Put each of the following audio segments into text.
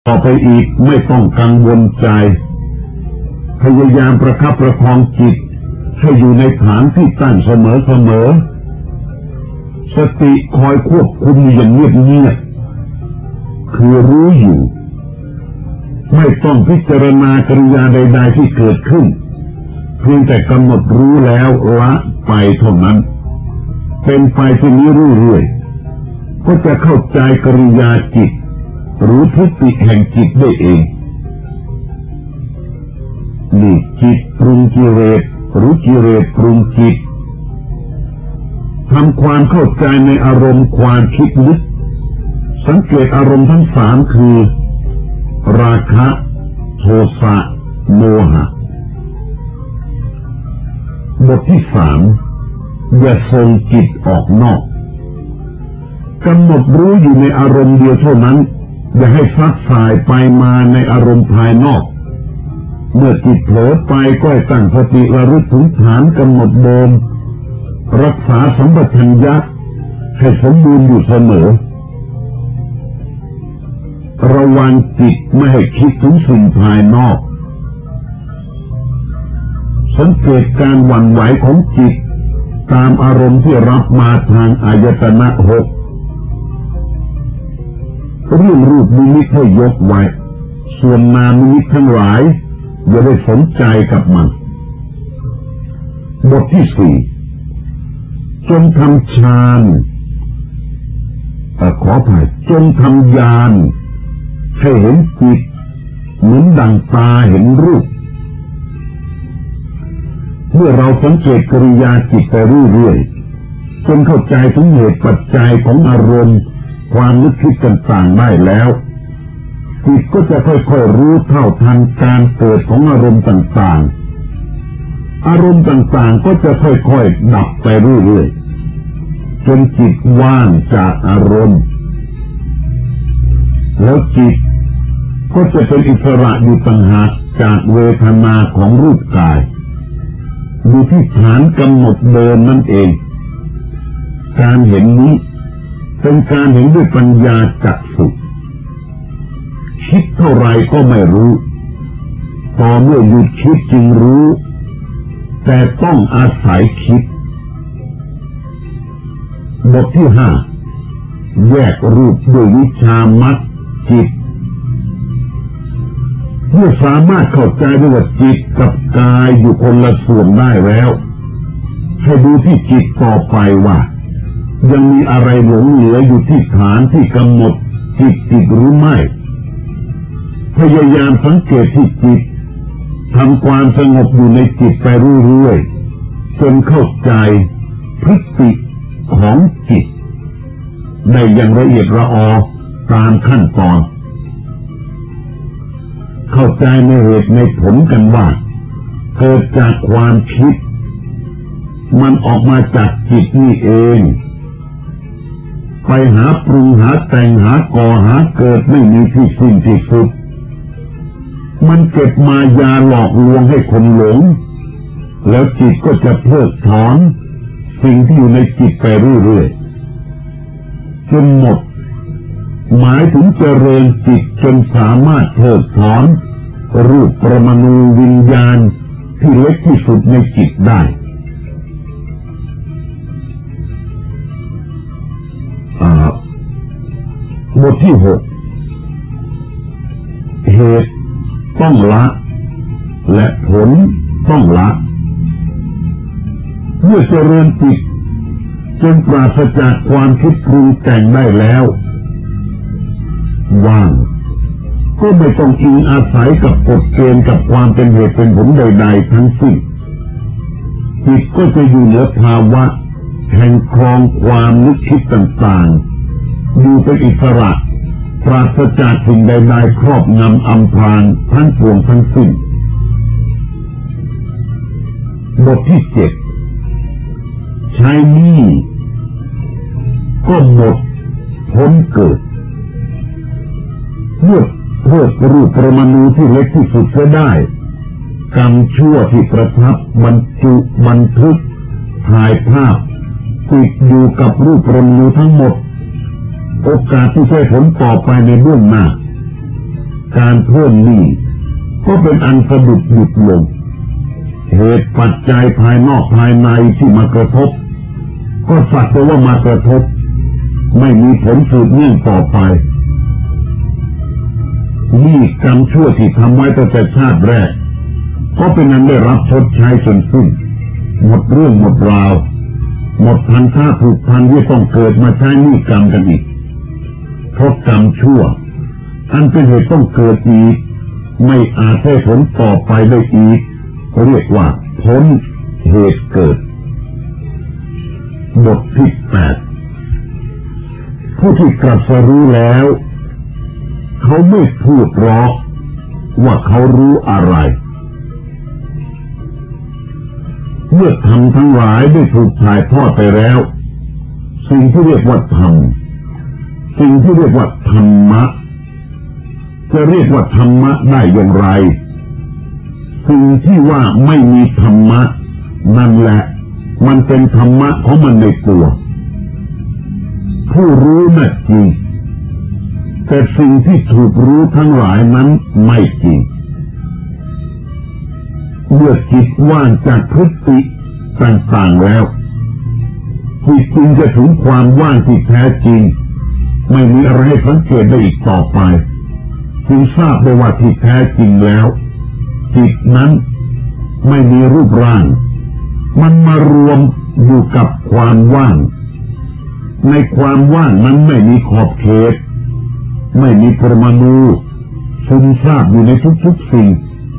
ต่อไปอีกไม่ต้องกังวลใจพยายามประคับประคองจิตให้อยู่ในฐานที่ตั้งเสมอสติคอยควบคุมอย่างเงียบคือรู้อยู่ไม่ต้องพิจารณากริยาใดๆที่เกิดขึ้นเพียงแต่กำหนดรู้แล้วละไปเท่านั้นเป็นไปที่นี้เรื่อยๆก็จะเข้าใจกริยาจิตรู้ทิฏฐิแห่งจิตได้เองนี่จิตปรุงกิเลสรู้กิเลสปรุงจิตทำความเข้าใจในอารมณ์ความคิดนึกสังเกตอารมณ์ทั้งสามคือราคะโทสะโมหะบทที่สามอย่าส่งจิตออกนอกกำหนดรู้อยู่ในอารมณ์เดียวเท่านั้นอย่าให้ฟักสายไปมาในอารมณ์ภายนอกเมื่อจิตเผลอไปก็ให้ตั้งสติระลึกถึงฐานกำหนดเดิมรักษาสัมปชัญญะให้สมบูรณ์อยู่เสมอระวังจิตไม่ให้คิดถึงสิ่งภายนอกสังเกตการหวั่นไหวของจิตตามอารมณ์ที่รับมาทางอายตนะหกเรื่องรูปนิมิตให้ยกไว้ส่วนนามนิมิตทั้งหลายอย่าได้สนใจกับมันบทที่สี่จงทำฌานขออภัยจงทำญาณให้เห็นจิตเหมือนดั่งตาเห็นรูปเมื่อเราสังเกตกริยาจิตไปเรื่อยๆจนเข้าใจถึงเหตุปัจจัยของอารมณ์ความนึกคิดต่างๆได้แล้วจิตก็จะค่อยๆรู้เท่าทันการเกิดของอารมณ์ต่างๆอารมณ์ต่างๆก็จะค่อยๆดับไปเรื่อยๆจนจิตว่างจากอารมณ์แล้วจิตก็จะเป็นอิสระอยู่ต่างหากจากเวทนาของรูปกายอยู่ที่ฐานกำหนดเดิมนั่นเองการเห็นนี้เป็นการเห็นด้วยปัญญาจักษุคิดเท่าไรก็ไม่รู้ต่อเมื่อหยุดคิดจึงรู้แต่ต้องอาศัยคิดบทที่ห้าแยกรูปด้วยวิชามรรคจิตเมื่อสามารถเข้าใจได้ว่าจิตกับกายอยู่คนละส่วนได้แล้วให้ดูที่จิตต่อไปว่ายังมีอะไรหลงเหลืออยู่ที่ฐานที่กำหนดจิตอีกหรือไม่พยายามสังเกตที่จิตทำความสงบอยู่ในจิตไปเรื่อยๆจนเข้าใจพฤติของจิตได้อย่างละเอียดละออตามขั้นตอนเข้าใจในเหตุในผลกันว่าเกิดจากความคิดมันออกมาจากจิตนี่เองไปหาปรุงหาแต่งหาก่อหาเกิดไม่มีที่สิ้นที่สุดมันเก็บมายาหลอกลวงให้คนหลงแล้วจิตก็จะเพิกถอนสิ่งที่อยู่ในจิตไปเรื่อยๆจนหมดหมายถึงเจริญจิตจนสามารถเพิกถอนรูปปรมาณูวิญญาณที่เล็กที่สุดในจิตได้บทที่หกเหตุต้องละและผลต้องละเมื่อเจริญจิตจนปราศจากความคิดปรุงแต่งได้แล้วว่างก็ไม่ต้องอิงอาศัยกับกฎเกณฑ์กับความเป็นเหตุเป็นผลใดๆทั้งสิ้นจิตก็จะอยู่เหนือภาวะแห่งครองความนึกคิดต่างๆอยู่เป็นอิสระปราศจากสิ่งใดๆครอบงำอำพรางทั้งปวงทั้งสิ้นบทที่เจ็ดใช้นี้ก็หมดพ้นเกิดเมื่อเพิกรูปปรมาณูที่เล็กที่สุดจะได้กรรมชั่วที่ประทับบรรจุบันทึกถ่ายภาพติดอยู่กับรูปปรมาณูทั้งหมดโอกาสที่จะผลต่อไปในเบื้องหน้าการเพิ่มหนี้ก็เป็นอันสะดุดหยุดลงเหตุปัจจัยภายนอกภายในที่มากระทบก็สักแต่ว่ามากระทบไม่มีผลสืบเนื่องต่อไปนี่กรรมชั่วที่ทำไว้ตั้งแต่ชาติแรกก็เป็นอันได้รับชดใช้จนสิ้นหมดเรื่องหมดราวหมดพันธะผูกพันที่ต้องเกิดมาใช้หนี้กรรมกันอีกเพราะกรรมชั่วอันเป็นเหตุต้องเกิดอีกไม่อาจให้ผลต่อไปได้อีกเรียกว่าพ้นเหตุเกิดบทที่8ผู้ที่ตรัสรู้แล้วเขาไม่พูดหรอกว่าเขารู้อะไรเมื่อธรรมทั้งหลายได้ถูกถ่ายทอดไปแล้วสิ่งที่เรียกว่าธรรมสิ่งที่เรียกว่าธรรมะจะเรียกว่าธรรมะได้อย่างไรสิ่งที่ว่าไม่มีธรรมะนั่นแหละมันเป็นธรรมะของมันในตัวผู้รู้น่ะจริงแต่สิ่งที่ถูกรู้ทั้งหลายนั้นไม่จริงเมื่อจิตว่างจากพฤติต่างๆแล้วจิตจึงจะถึงความว่างที่แท้จริงไม่มีอะไรให้สังเกตได้อีกต่อไปจึงทราบได้ว่าที่แท้จริงแล้วจิตนั้นไม่มีรูปร่างมันมารวมอยู่กับความว่างในความว่างนั้นไม่มีขอบเขตไม่มีปรมาณูซึมซาบอยู่ในทุกๆสิ่ง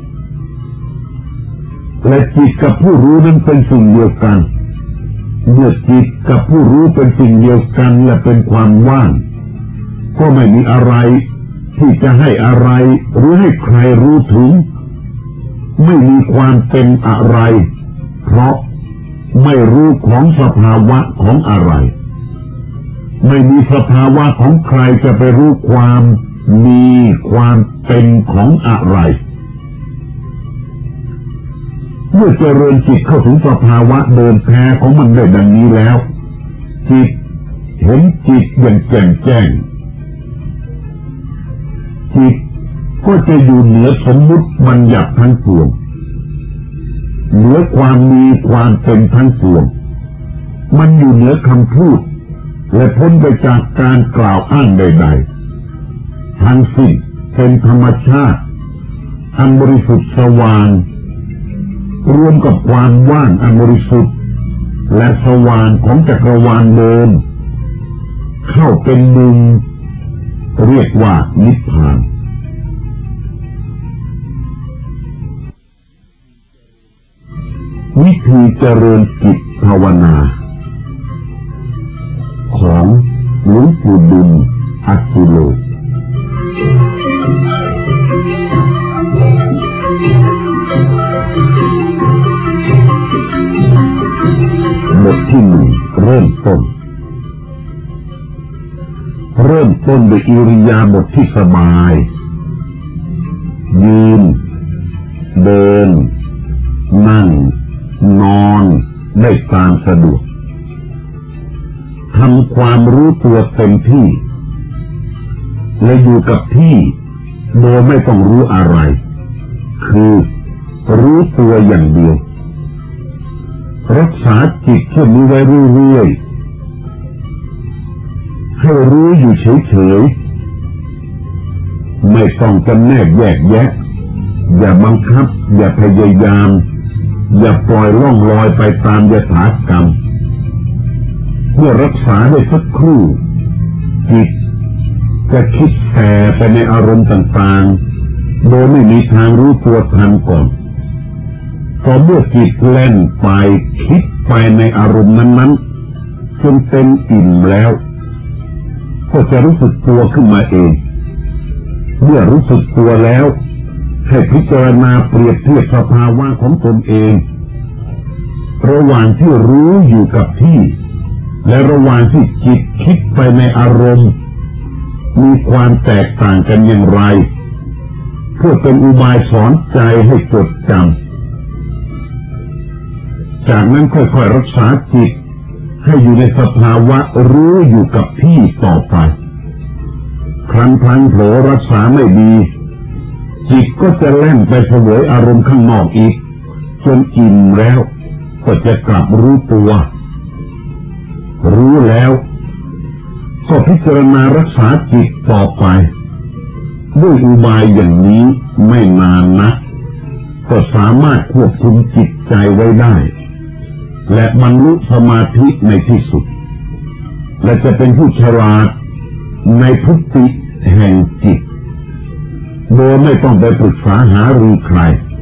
และจิตกับผู้รู้นั้นเป็นสิ่งเดียวกันเมื่อจิตกับผู้รู้เป็นสิ่งเดียวกันและเป็นความว่างก็ไม่มีอะไรที่จะให้อะไรหรือให้ใครรู้ถึงไม่มีความเป็นอะไรเพราะไม่รู้ของสภาวะของอะไรไม่มีสภาวะของใครจะไปรู้ความมีความเป็นของอะไรเมื่อเจริญจิตเข้าถึงสภาวะเดิมแท้ของมันได้ดังนี้แล้วจิตเห็นจิตอย่างแจ่มแจ้งจิตก็จะอยู่เหนือสมมุติบัญญัติทั้งปวงเหนือความมีความเป็นทั้งปวงมันอยู่เหนือคำพูดและพ้นไปจากการกล่าวอ้างใดๆทั้งสิ้นเป็นธรรมชาติอันบริสุทธิ์สว่างรวมกับความว่างอันบริสุทธิ์และสว่างของจักรวาลเดิมเข้าเป็นหนึ่งเรียกว่านิพพานวิธีเจริญจิตภาวนาของหลวงปู่ดุลย์อัจฉิโลบทที่1เริ่มต้นด้วยอิริยาบถที่สบายยืนเดินนั่งนอนได้ตามสะดวกทำความรู้ตัวเต็มที่และอยู่กับที่โดยไม่ต้องรู้อะไรคือรู้ตัวอย่างเดียวรักษาจิตเช่นนี้ไว้เรื่อยๆให้รู้อยู่เฉยๆไม่ต้องจำแนกแยกแยะอย่าบังคับอย่าพยายามอย่าปล่อยล่องลอยไปตามยถากรรมเมื่อรักษาได้สักครู่จิตจะคิดแผ่ไปในอารมณ์ต่างๆโดยไม่มีทางรู้ตัวทันก่อนพอเมื่อจิตแล่นไปคิดไปในอารมณ์นั้นๆจนเต็มอิ่มแล้วก็จะรู้สึกตัวขึ้นมาเองเมื่อรู้สึกตัวแล้วให้พิจารณาเปรียบเทียบสภาวะของตนเองระหว่างที่รู้อยู่กับที่และระหว่างที่จิตคิดไปในอารมณ์มีความแตกต่างกันอย่างไรเพื่อเป็นอุบายสอนใจให้จดจำจากนั้นค่อยๆรักษาจิตให้อยู่ในสภาวะรู้อยู่กับที่ต่อไปครั้งเผลอรักษาไม่ดีจิตก็จะแล่นไปเสวยอารมณ์ข้างนอกอีกจนอิ่มแล้วก็จะกลับรู้ตัวรู้แล้วก็พิจารณารักษาจิตต่อไปด้วยอุบายอย่างนี้ไม่นานนักก็สามารถควบคุมจิตใจไว้ได้และบรรลุสมาธิในที่สุดและจะเป็นผู้ฉลาดในพุทธิแห่งจิตโดยไม่ต้องไปปรึกษาหารือใคร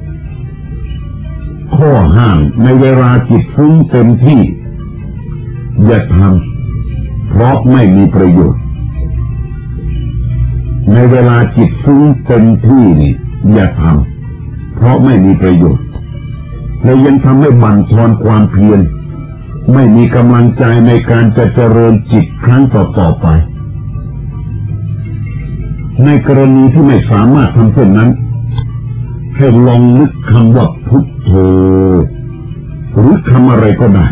ข้อห้ามในเวลาจิตฟุ้งเต็มที่อย่าทำเพราะไม่มีประโยชน์ในเวลาจิตฟุ้งเต็มที่นี่อย่าทำเพราะไม่มีประโยชน์และยังทำให้บั่นทอนความเพียรไม่มีกำลังใจในการจะเจริญจิตครั้งต่อไปในกรณีที่ไม่สามารถทำเช่นนั้นให้ลองนึกคำว่าพุทโธหรือคำอะไรก็ได้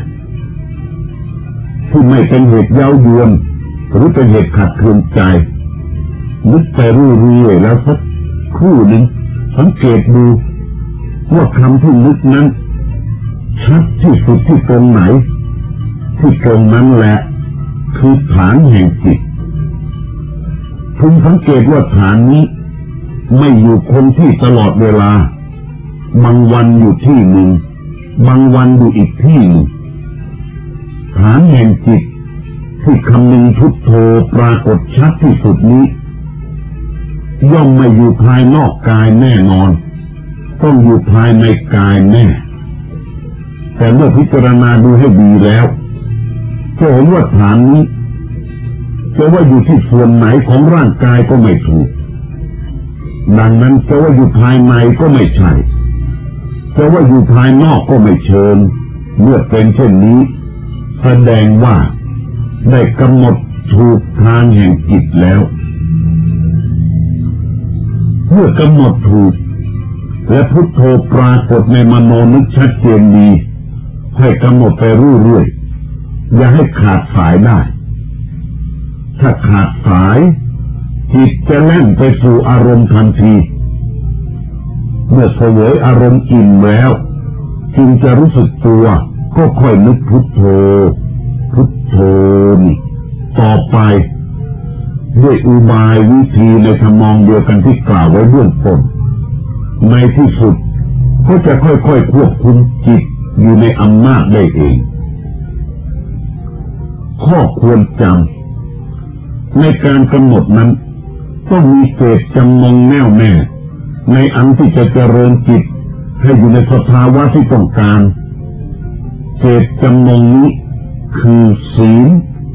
ที่ไม่เป็นเหตุเย้ายวนหรือเป็นเหตุขัดเคืองใจนึกไปเรื่อยๆแล้วสักครู่หนึ่งสังเกตดูว่าคำที่นึกนั้นชัดที่สุดที่ตรงไหนที่ตรงนั้นแหละคือฐานแห่งจิตพึงสังเกตว่าฐานนี้ไม่อยู่คงที่ตลอดเวลาบางวันอยู่ที่หนึ่งบางวันอยู่อีกที่หนึ่งฐานแห่งจิตที่คำนึงพุทโธปรากฏชัดที่สุดนี้ย่อมไม่อยู่ภายนอกกายแน่นอนต้องอยู่ภายในกายแน่แต่เมื่อพิจารณาดูให้ดีแล้วจะเห็นว่าฐานนี้จะว่าอยู่ที่ส่วนไหนของร่างกายก็ไม่ถูกดังนั้นจะว่าอยู่ภายในก็ไม่ใช่จะว่าอยู่ภายนอกก็ไม่เชิงเมื่อเป็นเช่นนี้แสดงว่าได้กำหนดถูกทางแห่งจิตแล้วเมื่อกำหนดถูกและพุทโธปรากฏในมโนนึกชัดเจนดีให้กำหนดไปเรื่อยๆอย่าให้ขาดสายได้ถ้าขาดสายจิตจะแล่นไปสู่อารมณ์ทันทีเมื่อเสวยอารมณ์อิ่มแล้วจึงจะรู้สึกตัวก็ค่อยนึกพุทโธพุทโธนี่ต่อไปด้วยอุบายวิธีในทำนองเดียวกันที่กล่าวไว้เบื้องต้นในที่สุดก็จะค่อยๆควบคุมจิตอยู่ในอำนาจได้เองข้อควรจำในการกำหนดนั้นต้องมีเจตจำนงแน่วแน่ในอันที่จะเจริญจิตให้อยู่ในสภาวะที่ต้องการเจตจำนงนี้คือศีล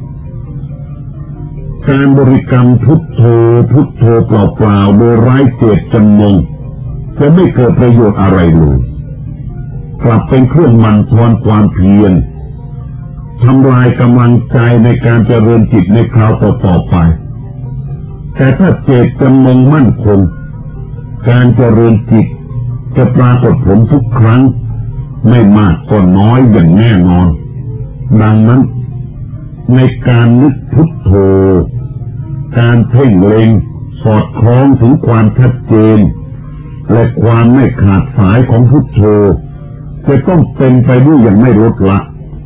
การบริกรรมพุทโธพุทโธเปล่าๆโดยไร้เจตจำนงจะไม่เกิดประโยชน์อะไรเลยกลับเป็นเครื่องบั่นทอนความเพียรทำลายกำลังใจในการเจริญจิตในคราวต่อไปแต่ถ้าเจตจำนงมั่นคงการเจริญจิตจะปรากฏผลทุกครั้งไม่มากก็น้อยอย่างแน่นอนดังนั้นในการนึกพุทโธการเพ่งเล็งสอดคล้องถึงความชัดเจนและความไม่ขาดสายของพุทโธจะต้องเป็นไปด้วยอย่างไม่ลดละ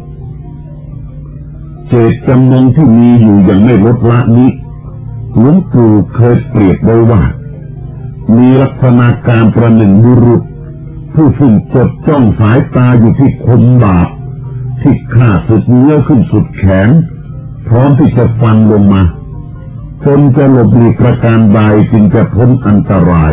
เจตจำนงที่มีอยู่อย่างไม่ลดละนี้หลวงปู่เคยเปรียบไว้ว่ามีลักษณะการประหนึ่งบุรุษผู้ซึ่งจดจ้องสายตาอยู่ที่คมดาบที่ฆ่าสุดเนื้อขึ้นสุดแขนพร้อมที่จะฟันลงมาจนจะหลบหลีกประการใดจึงจะพ้นอันตราย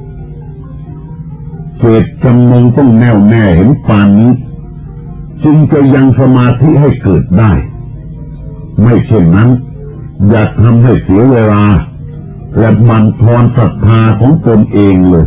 เจตจำนงต้องแน่วแน่เห็นปานนี้จึงจะยังสมาธิให้เกิดได้ไม่เช่นนั้นอย่าทำให้เสียเวลาและบั่นทอนศรัทธาของตนเองเลย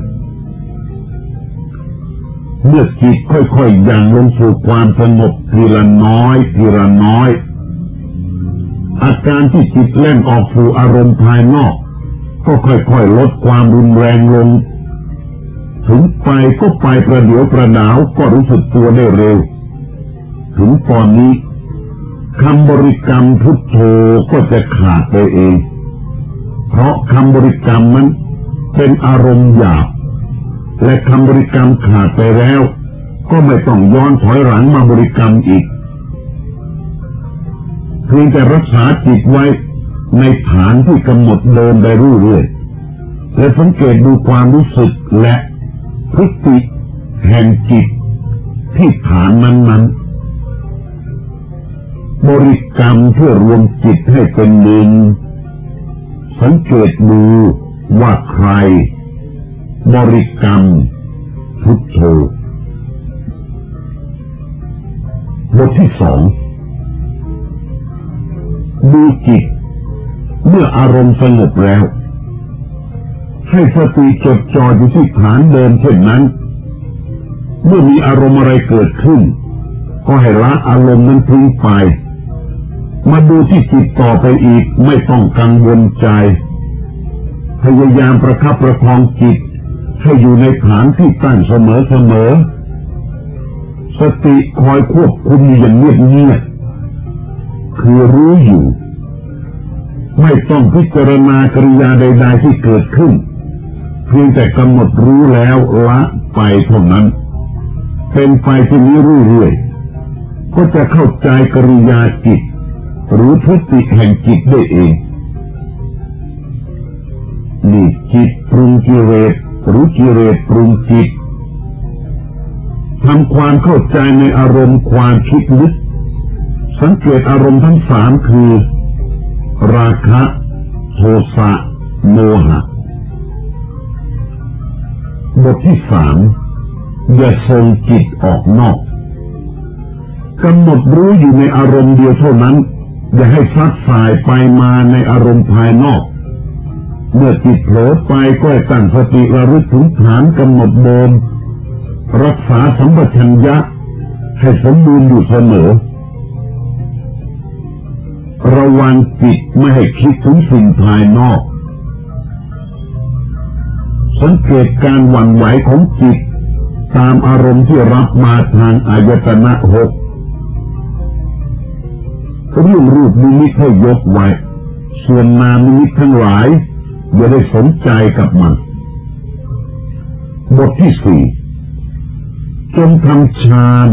เมื่อจิตค่อยๆยังลงสู่ความสงบทีละน้อยทีละน้อยอาการที่จิตแล่นออกสู่อารมณ์ภายนอกก็ค่อยๆลดความรุนแรงลงถึงไปก็ไปประเดี๋ยวประดาวก็รู้สึกตัวได้เร็วถึงตอนนี้คำบริกรรมพุทโธก็จะขาดไปเองเพราะคำบริกรรมนั้นเป็นอารมณ์หยาบและคำบริกรรมขาดไปแล้วก็ไม่ต้องย้อนถอยหลังมาบริกรรมอีกเพียงแต่รักษาจิตไว้ในฐานที่กำหนดเดินไปเรื่อยๆและสังเกตดูความรู้สึกและพฤติแห่งจิตที่ฐานนั้นๆบริกรรมเพื่อรวมจิตให้เป็นหนึ่งสังเกตดูว่าใครบริกรรมพุทโธบทที่สองดูจิตเมื่ออารมณ์สงบแล้วให้สติจดจ่ออยู่ที่ฐานเดิมเช่นนั้นเมื่อมีอารมณ์อะไรเกิดขึ้นก็ให้ละอารมณ์นั้นทิ้งไปมาดูที่จิตต่อไปอีกไม่ต้องกังวลใจพยายามประคับประคองจิตให้อยู่ในฐานที่ตั้งเสมอสติคอยควบคุมอย่างเงียบๆคือรู้อยู่ไม่ต้องพิจารณากริยาใดๆที่เกิดขึ้นเพียงแต่กำหนดรู้แล้วละไปเท่านั้นเป็นไปที่นี้เรื่อยๆก็จะเข้าใจกริยาจิตหรือพฤติแห่งจิตได้เองนี่จิตปรุงกิเลสหรือกิเลสปรุงจิตทำความเข้าใจในอารมณ์ความคิดนึกสังเกตอารมณ์ทั้งสามคือราคะโทสะโมหะบทที่สามอย่าส่งจิตออกนอกกำหนดรู้อยู่ในอารมณ์เดียวเท่านั้นอย่าให้ซัดสายไปมาในอารมณ์ภายนอกเมื่อจิตเผลอไปก็ให้ตั้งสติระลึกถึงฐานกำหนดเดิมรักษาสัมปชัญญะให้สมบูรณ์อยู่เสมอระวังจิตไม่ให้คิดถึงสิ่งภายนอกสังเกตการหวั่นไหวของจิตตามอารมณ์ที่รับมาทางอายตนะหกเรื่องรูปนิมิตให้ยกไว้ส่วนนามนิมิตทั้งหลายอย่าได้สนใจกับมันบทที่สี่จงทำฌาน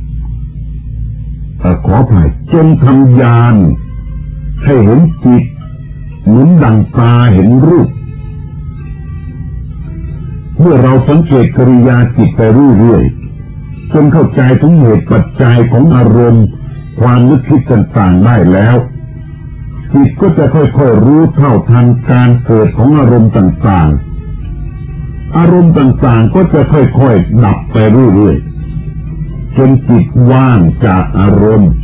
ขออภัยจงทำญาณให้เห็นจิตเหมือนดังตาเห็นรูปเมื่อเราสังเกตกริยาจิตไปเรื่อยๆจนเข้าใจถึงเหตุปัจจัยของอารมณ์ความนึกคิดต่างๆได้แล้วจิตก็จะค่อยๆรู้เท่าทันการเกิดของอารมณ์ต่างๆอารมณ์ต่างๆก็จะค่อยๆดับไปเรื่อยๆจนจิตว่างจากอารมณ์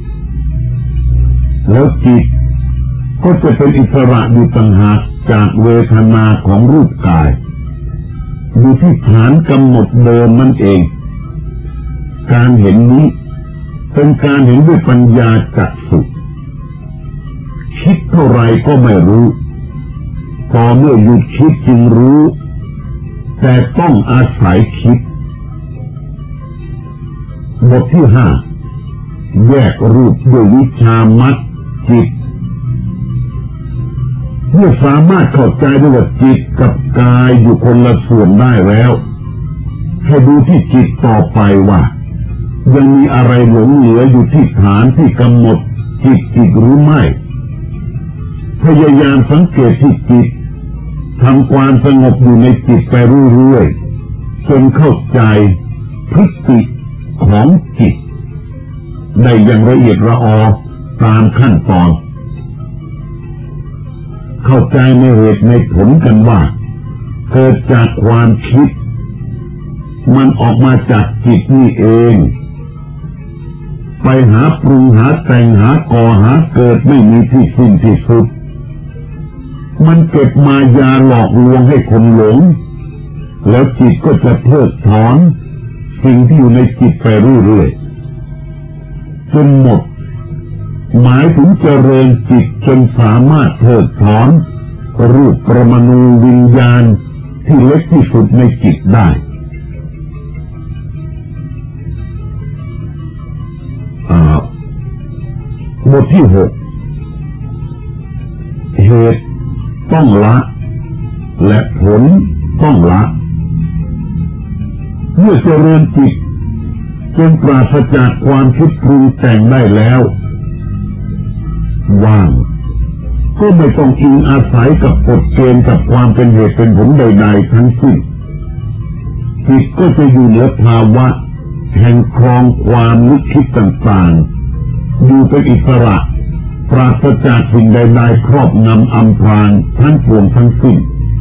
แล้วจิตก็จะเป็นอิสระอยู่ต่างหากจากเวทนาของรูปกายอยู่ที่ฐานกำหนดเดิมนั่นเองการเห็นนี้เป็นการเห็นด้วยปัญญาจักษุคิดเท่าไรก็ไม่รู้พอเมื่อหยุดคิดจึงรู้แต่ต้องอาศัยคิดบทที่ห้าแยกรูปด้วยวิชามัดจิตเมื่อสามารถเข้าใจได้ว่าจิตกับกายอยู่คนละส่วนได้แล้วให้ดูที่จิตต่อไปว่ายังมีอะไรหลงเหลืออยู่ที่ฐานที่กำหนดจิตอีกหรือไม่พยายามสังเกตที่จิตทำความสงบอยู่ในจิตไปเรื่อยๆจนเข้าใจพฤติของจิตได้อย่างละเอียดละออตามขั้นตอนเข้าใจในเหตุในผลกันว่าเกิดจากความคิดมันออกมาจากจิตนี่เองไปหาปรุงหาแต่งหาก่อหาเกิดไม่มีที่สิ้นที่สุดมันเก็บมายาหลอกลวงให้คนหลงแล้วจิตก็จะเพิกถอนสิ่งที่อยู่ในจิตไปเรื่อยๆจนหมดหมายถึงเจริญจิตจนสามารถเพิกถอนรูปปรมาณูวิญญาณที่เล็กที่สุดในจิตได้บทที่หกเหตุต้องละและผลต้องละเมื่อเจริญจิตจนปราศจากความคิดปรุงแต่งได้แล้วว่างก็ไม่ต้องอิงอาศัยกับกฎเกณฑ์กับความเป็นเหตุเป็นผลใดๆทั้งสิ้นจิตก็จะอยู่เหนือภาวะแห่งครองความนึกคิดต่างๆอยู่เป็นอิสระปราศจากสิ่งใดๆครอบงำอำพรางทั้งปวงทั้งสิ้น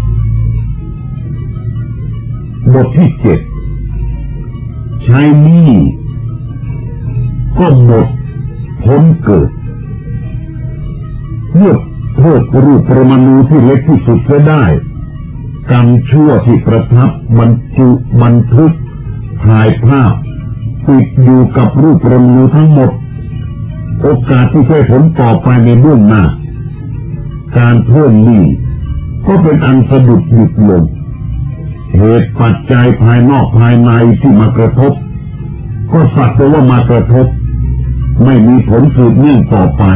บทที่7ใช้หนี้ก็หมดพ้นเกิดเมื่อโทษรูปประมาณูที่เล็กที่สุดก็ได้กรรมชั่วที่ประทับบรรจุบันทึกถ่ายภาพติดอยู่กับรูปประมาณูทั้งหมดโอกาสที่จะผลต่อไปในเบื้องหน้าการเพิ่มหนี้ก็เป็นอันสะดุดหยุดลงเหตุปัจจัยภายนอกภายในที่มากระทบก็สักแต่ว่ามากระทบไม่มีผลสืบเนื่องต่อไป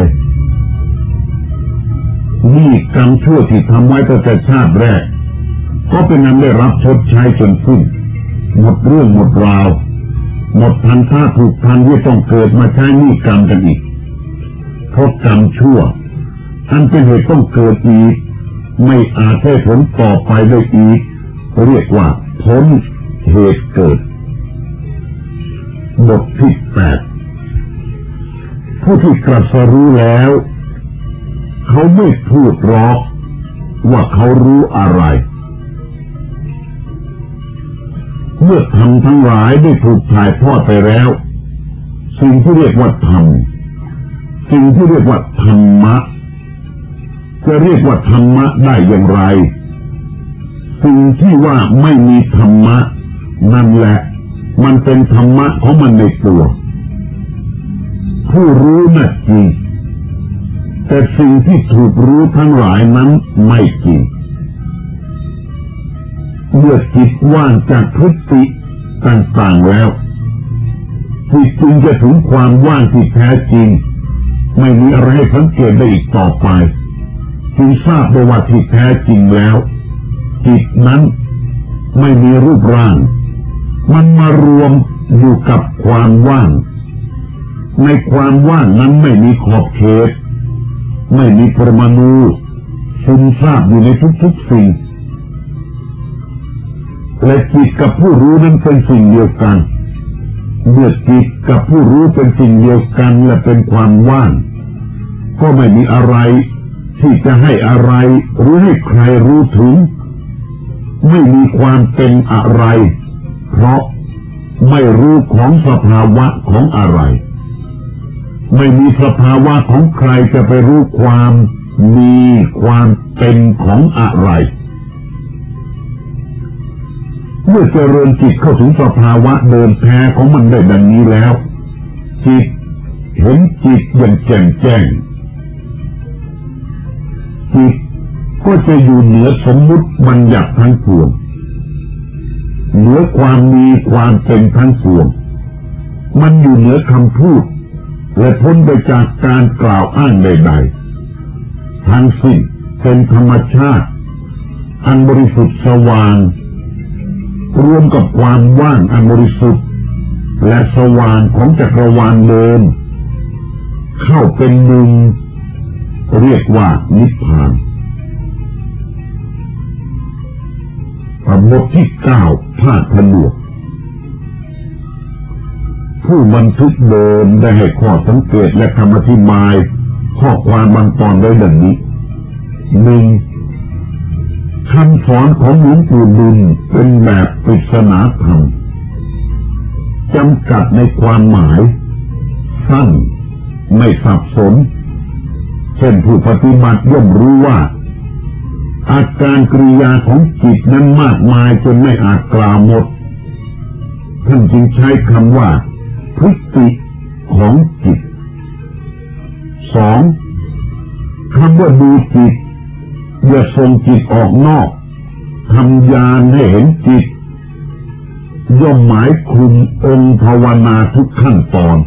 นี่กรรมชั่วที่ทำไว้ตั้งแต่ชาติแรกก็เป็นนั้นได้รับชดใช้จนสิ้นหมดเรื่องหมดราวหมดทันท่าถูกทันที่ต้องเกิดมาใช้หนี้กรรมกันอีกเพราะกรรมชั่วอันเป็นเหตุต้องเกิดอีกไม่อาจให้ผลต่อไปได้อีกเรียกว่าพ้นเหตุเกิดบทที่8ผู้ที่ตรัสรู้แล้วเขาไม่พูดหรอกว่าเขารู้อะไรเมื่อธรรมทั้งหลายได้ถูกถ่ายทอดไปแล้วสิ่งที่เรียกว่าธรรมสิ่งที่เรียกว่าธรรมะจะเรียกว่าธรรมะได้อย่างไรสิ่งที่ว่าไม่มีธรรมะนั่นแหละมันเป็นธรรมะของมันในตัวผู้รู้น่ะจริงแต่สิ่งที่ถูกรู้ทั้งหลายนั้นไม่จริงเมื่อจิตว่างจากพฤติต่างๆแล้วจิตจึงจะถึงความว่างที่แท้จริงไม่มีอะไรให้สังเกตได้อีกต่อไปจึงทราบได้ว่าที่แท้จริงแล้วจิตนั้นไม่มีรูปร่างมันมารวมอยู่กับความว่างในความว่างนั้นไม่มีขอบเขตไม่มีปรมาณูซึมซาบอยู่ในทุกๆสิ่งและจิตกับผู้รู้นั้นเป็นสิ่งเดียวกันเมื่อจิตกับผู้รู้เป็นสิ่งเดียวกันและเป็นความว่างก็ไม่มีอะไรที่จะให้อะไรหรือให้ใครรู้ถึงไม่มีความเป็นอะไรเพราะไม่รู้ของสภาวะของอะไรไม่มีสภาวะของใครจะไปรู้ความมีความเป็นของอะไรเมื่อเจริญจิตเข้าถึงสภาวะเดิมแท้ของมันได้ดังนี้แล้วจิตเห็นจิตอย่างแจ่มแจ้งจิตก็จะอยู่เหนือสมมุติบัญญัติทั้งปวงเหนือความมีความเป็นทั้งปวงมันอยู่เหนือคำพูดและพ้นไปจากการกล่าวอ้างใดๆทั้งสิ้นเป็นธรรมชาติอันบริสุทธิ์สว่างรวมกับความว่างอันบริสุทธิ์และสว่างของจักรวาลเดิมเข้าเป็นหนึ่งเรียกว่านิพพานบทที่9ภาคผนวกผู้บันทึกเดิมได้ให้ข้อสังเกตและคำอธิบายข้อความบางตอนไว้ดังนี้ 1. คำสอนของหลวงปู่ดุลเป็นแบบปริศนาธรรมจำกัดในความหมายสั้นไม่สับสนเช่นผู้ปฏิบัติย่อมรู้ว่าอาการกริยาของจิตนั้นมากมายจนไม่อาจกล่าวหมดท่านจึงใช้คำว่าพฤติของจิต 2. คำว่าดูจิตอย่าส่งจิตออกนอกทำญาณให้เห็นจิตย่อมหมายคลุมองค์ภาวนาทุกขั้นตอน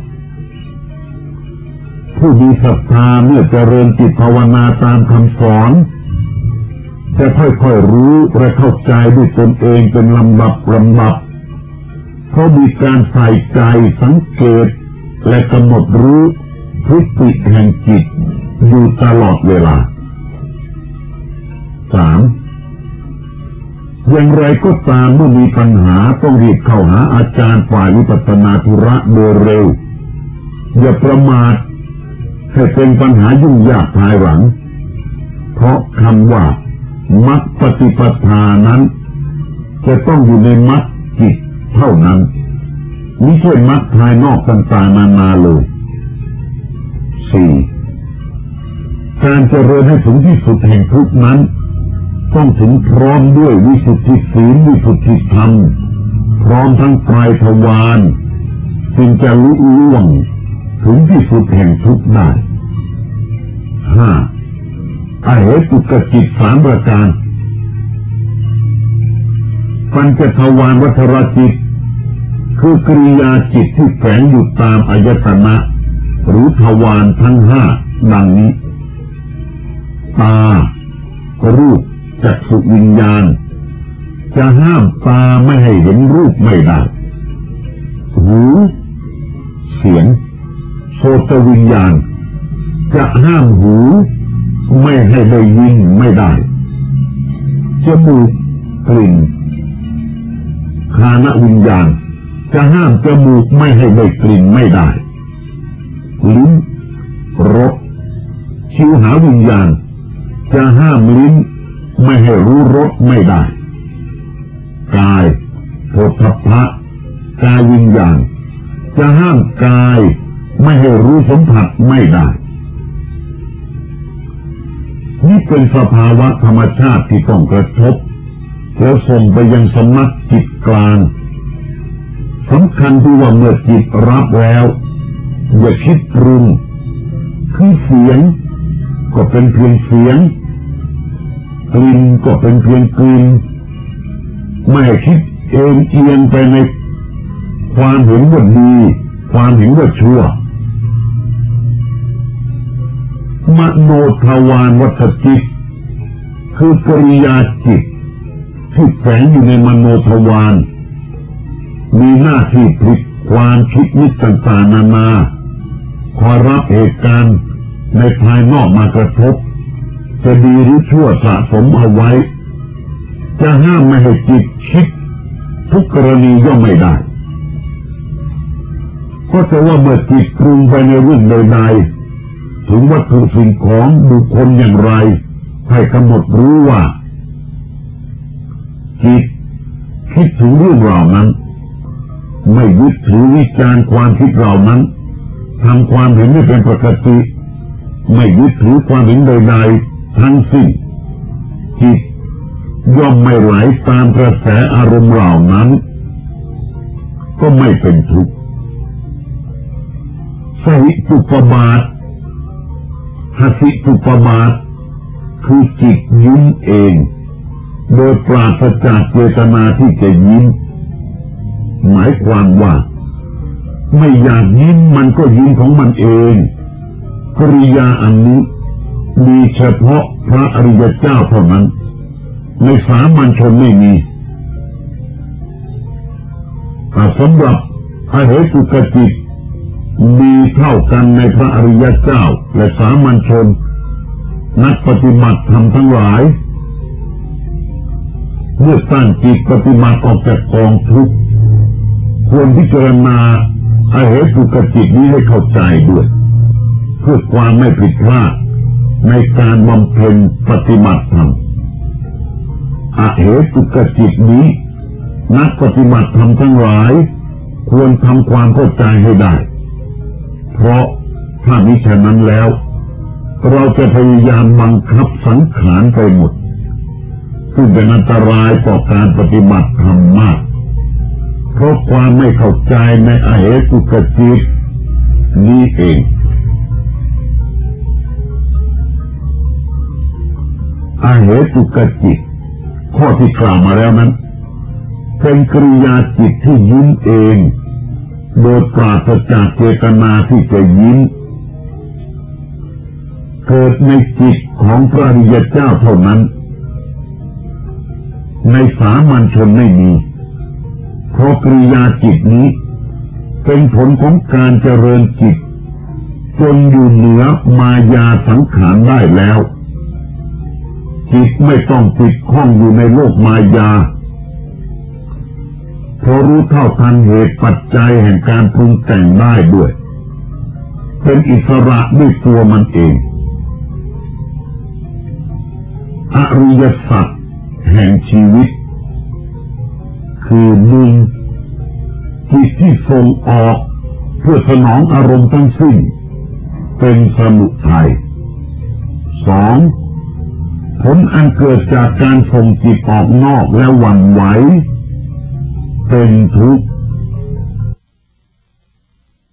ผู้มีศรัทธาเมื่อเจริญจิตภาวนาตามคำสอนจะค่อยๆรู้และเข้าใจด้วยตนเองเป็นลำดับเพราะมีการใส่ใจสังเกตและกำหนดรู้พฤติแห่งจิตอยู่ตลอดเวลา 3. อย่างไรก็ตามเมื่อมีปัญหาต้องรีบเข้าหาอาจารย์ฝ่ายวิปัสสนาธุระโดยเร็วอย่าประมาทให้เป็นปัญหายุ่งยากภายหลังเพราะคำว่ามรรคปฏิปทานั้นจะต้องอยู่ในมรรคจิตเท่านั้นไม่ใช่มรรคภายนอกต่างๆนานาเลย 4. การเจริญให้ถึงที่สุดแห่งทุกข์นั้นต้องถึงพร้อมด้วยวิสุทธิศีลวิสุทธิธรรมพร้อมทั้งไตรทวารจึงจะลุล่วงถึงที่สุดแห่งทุกข์ได้ 5. อเหตุกจิต3ประการปัญจทวารวัฏรจิตคือกริยาจิตที่แฝงอยู่ตามอายตนะหรือทวารทั้ง5ดังนี้ตารูปจักษุวิญญาณจะห้ามตาไม่ให้เห็นรูปไม่ได้หูเสียงโสตวิญญาณจะห้ามหูไม่ให้ได้ยินไม่ได้จมูกกลิ่นฆานวิญญาณจะห้ามจมูกไม่ให้ได้กลิ่นไม่ได้ลิ้นรสชิวหาวิญญาณจะห้ามลิ้นไม่ให้รู้รสไม่ได้กายโผฏฐัพพะกายวิญญาณจะห้ามกายไม่ให้รู้สัมผัสไม่ได้นี่เป็นสภาวะธรรมชาติที่ต้องกระทบแล้วส่งไปยังสำนักจิตกลางสำคัญที่ว่าเมื่อจิตรับแล้วอย่าคิดปรุงคือเสียงก็เป็นเพียงเสียงกลิ่นก็เป็นเพียงกลิ่นไม่คิดเอียงไปในความเห็นว่าดีความเห็นว่าชั่วมโนทวารวัฏจิตคือกริยาจิตที่แฝงอยู่ในมโนทวารมีหน้าที่ผลิตความคิดนึกต่างๆนานาคอยรับเหตุการณ์ในภายนอกมากระทบจะดีหรือชั่วสะสมเอาไว้จะห้ามไม่ให้จิตคิดทุกกรณีย่อมไม่ได้ก็จะว่าเมื่อจิตปรุงไปในเรื่องใดๆถึงวัตถุสิ่งของบุคคลอย่างไรให้กำหนดรู้ว่าจิตคิดถึงเรื่องเหล่านั้นไม่ยึดถือวิจารณ์ความคิดเหล่านั้นทำความเห็นให้เป็นปกติไม่ยึดถือความเห็นใดๆทั้งสิ้นจิตย่อมไม่ไหลตามกระแสอารมณ์เหล่านั้นก็ไม่เป็นทุกข์สหิตุปบาทหสิตุปบาทคือจิตยิ้มเองโดยปราศจากเจตนาที่จะยิ้มหมายความว่าไม่อยากยิ้มมันก็ยิ้มของมันเองกริยาอันนี้มีเฉพาะพระอริยเจ้าเท่านั้นในสามัญชนไม่มีแต่สำหรับอเหตุกจิตมีเท่ากันในพระอริยเจ้าและสามัญชนนักปฏิบัติธรรมทั้งหลายเมื่อตั้งจิตปฏิบัติออกจากกองทุกข์ควรพิจารณาอเหตุกจิตนี้ให้เข้าใจด้วยเพื่อความไม่ผิดพลาดในการบำเพ็ญปฏิบัติธรรมอเหตุกจิตนี้นักปฏิบัติธรรมทั้งหลายควรทำความเข้าใจให้ได้เพราะถ้ามิฉะนั้นแล้วเราจะพยายามบังคับสังขารไปหมดซึ่งเป็นอันตรายต่อการปฏิบัติธรรมมากเพราะความไม่เข้าใจในอเหตุกจิตนี้เองอเหตุกจิตข้อที่กล่าวมาแล้วนั้นเป็นกริยาจิตที่ยิ้มเองโดยปราศจากเจตนาที่จะยิ้มเกิดในจิตของพระอริยเจ้าเท่านั้นในสามัญชนไม่มีเพราะกริยาจิตนี้เป็นผลของการเจริญจิตจนอยู่เหนือมายาสังขารได้แล้วจิตไม่ต้องติดข้องอยู่ในโลกมายาเพราะรู้เท่าทันเหตุปัจจัยแห่งการปรุงแต่งได้ด้วยเป็นอิสระด้วยตัวมันเองอริยสัจแห่งชีวิตคือหนึ่งจิตที่ส่งออกเพื่อสนองอารมณ์ทั้งสิ้นเป็นสมุทัยสองผลอันเกิดจากการส่งจิตออกนอกและหวั่นไหวเป็นทุกข์